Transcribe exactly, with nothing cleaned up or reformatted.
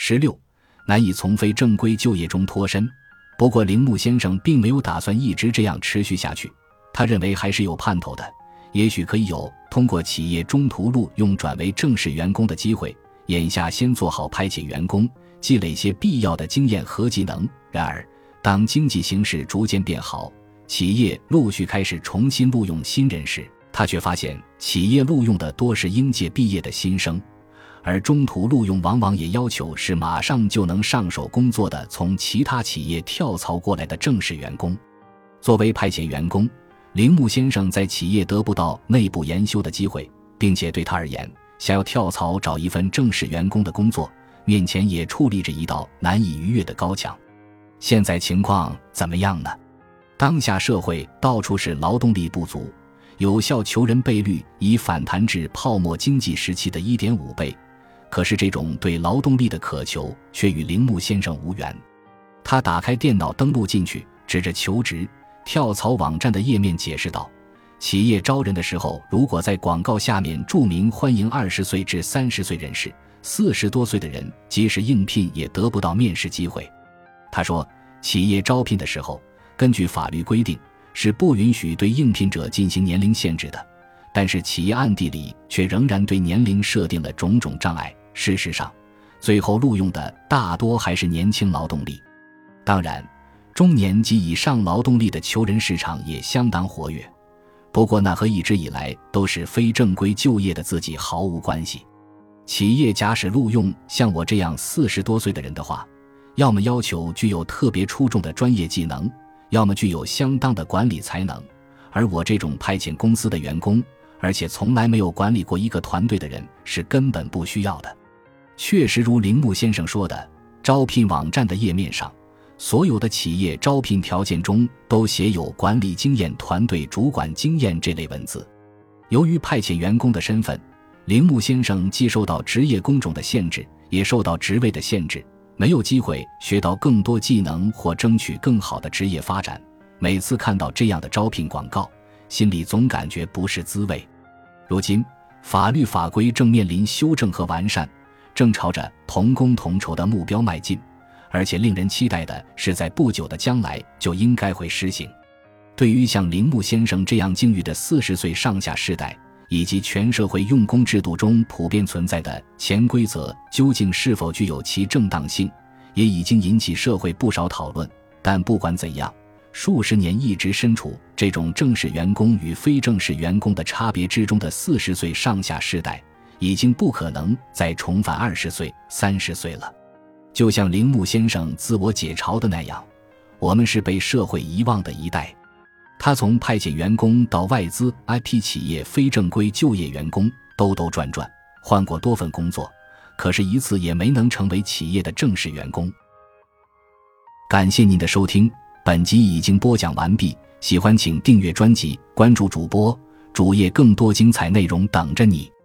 十六难以从非正规就业中脱身。不过铃木先生并没有打算一直这样持续下去，他认为还是有盼头的，也许可以有通过企业中途录用转为正式员工的机会，眼下先做好派遣员工，积累些必要的经验和技能。然而当经济形势逐渐变好，企业陆续开始重新录用新人时，他却发现企业录用的多是应届毕业的新生，而中途录用往往也要求是马上就能上手工作的从其他企业跳槽过来的正式员工。作为派遣员工，铃木先生在企业得不到内部研修的机会，并且对他而言，想要跳槽找一份正式员工的工作，面前也矗立着一道难以逾越的高墙。现在情况怎么样呢？当下社会到处是劳动力不足，有效求人倍率已反弹至泡沫经济时期的 一点五 倍，可是这种对劳动力的渴求却与铃木先生无缘。他打开电脑登录进去，指着求职跳槽网站的页面解释道，企业招人的时候，如果在广告下面注明欢迎二十岁至三十岁人士，四十多岁的人即使应聘也得不到面试机会。他说，企业招聘的时候，根据法律规定是不允许对应聘者进行年龄限制的，但是企业暗地里却仍然对年龄设定了种种障碍。事实上，最后录用的大多还是年轻劳动力。当然，中年及以上劳动力的求人市场也相当活跃，不过那和一直以来都是非正规就业的自己毫无关系。企业假使录用像我这样四十多岁的人的话，要么要求具有特别出众的专业技能，要么具有相当的管理才能，而我这种派遣公司的员工，而且从来没有管理过一个团队的人，是根本不需要的。确实如铃木先生说的，招聘网站的页面上，所有的企业招聘条件中都写有管理经验、团队主管经验这类文字。由于派遣员工的身份，铃木先生既受到职业工种的限制，也受到职位的限制，没有机会学到更多技能或争取更好的职业发展。每次看到这样的招聘广告，心里总感觉不是滋味。如今法律法规正面临修正和完善，正朝着同工同酬的目标迈进，而且令人期待的是在不久的将来就应该会实行。对于像铃木先生这样境遇的四十岁上下世代，以及全社会用工制度中普遍存在的潜规则究竟是否具有其正当性，也已经引起社会不少讨论。但不管怎样，数十年一直身处这种正式员工与非正式员工的差别之中的四十岁上下世代，已经不可能再重返二十岁、三十岁了。就像铃木先生自我解嘲的那样，我们是被社会遗忘的一代。他从派遣员工到外资 I T 企业非正规就业员工，兜兜转转，换过多份工作，可是一次也没能成为企业的正式员工。感谢您的收听，本集已经播讲完毕，喜欢请订阅专辑，关注主播，主页更多精彩内容等着你。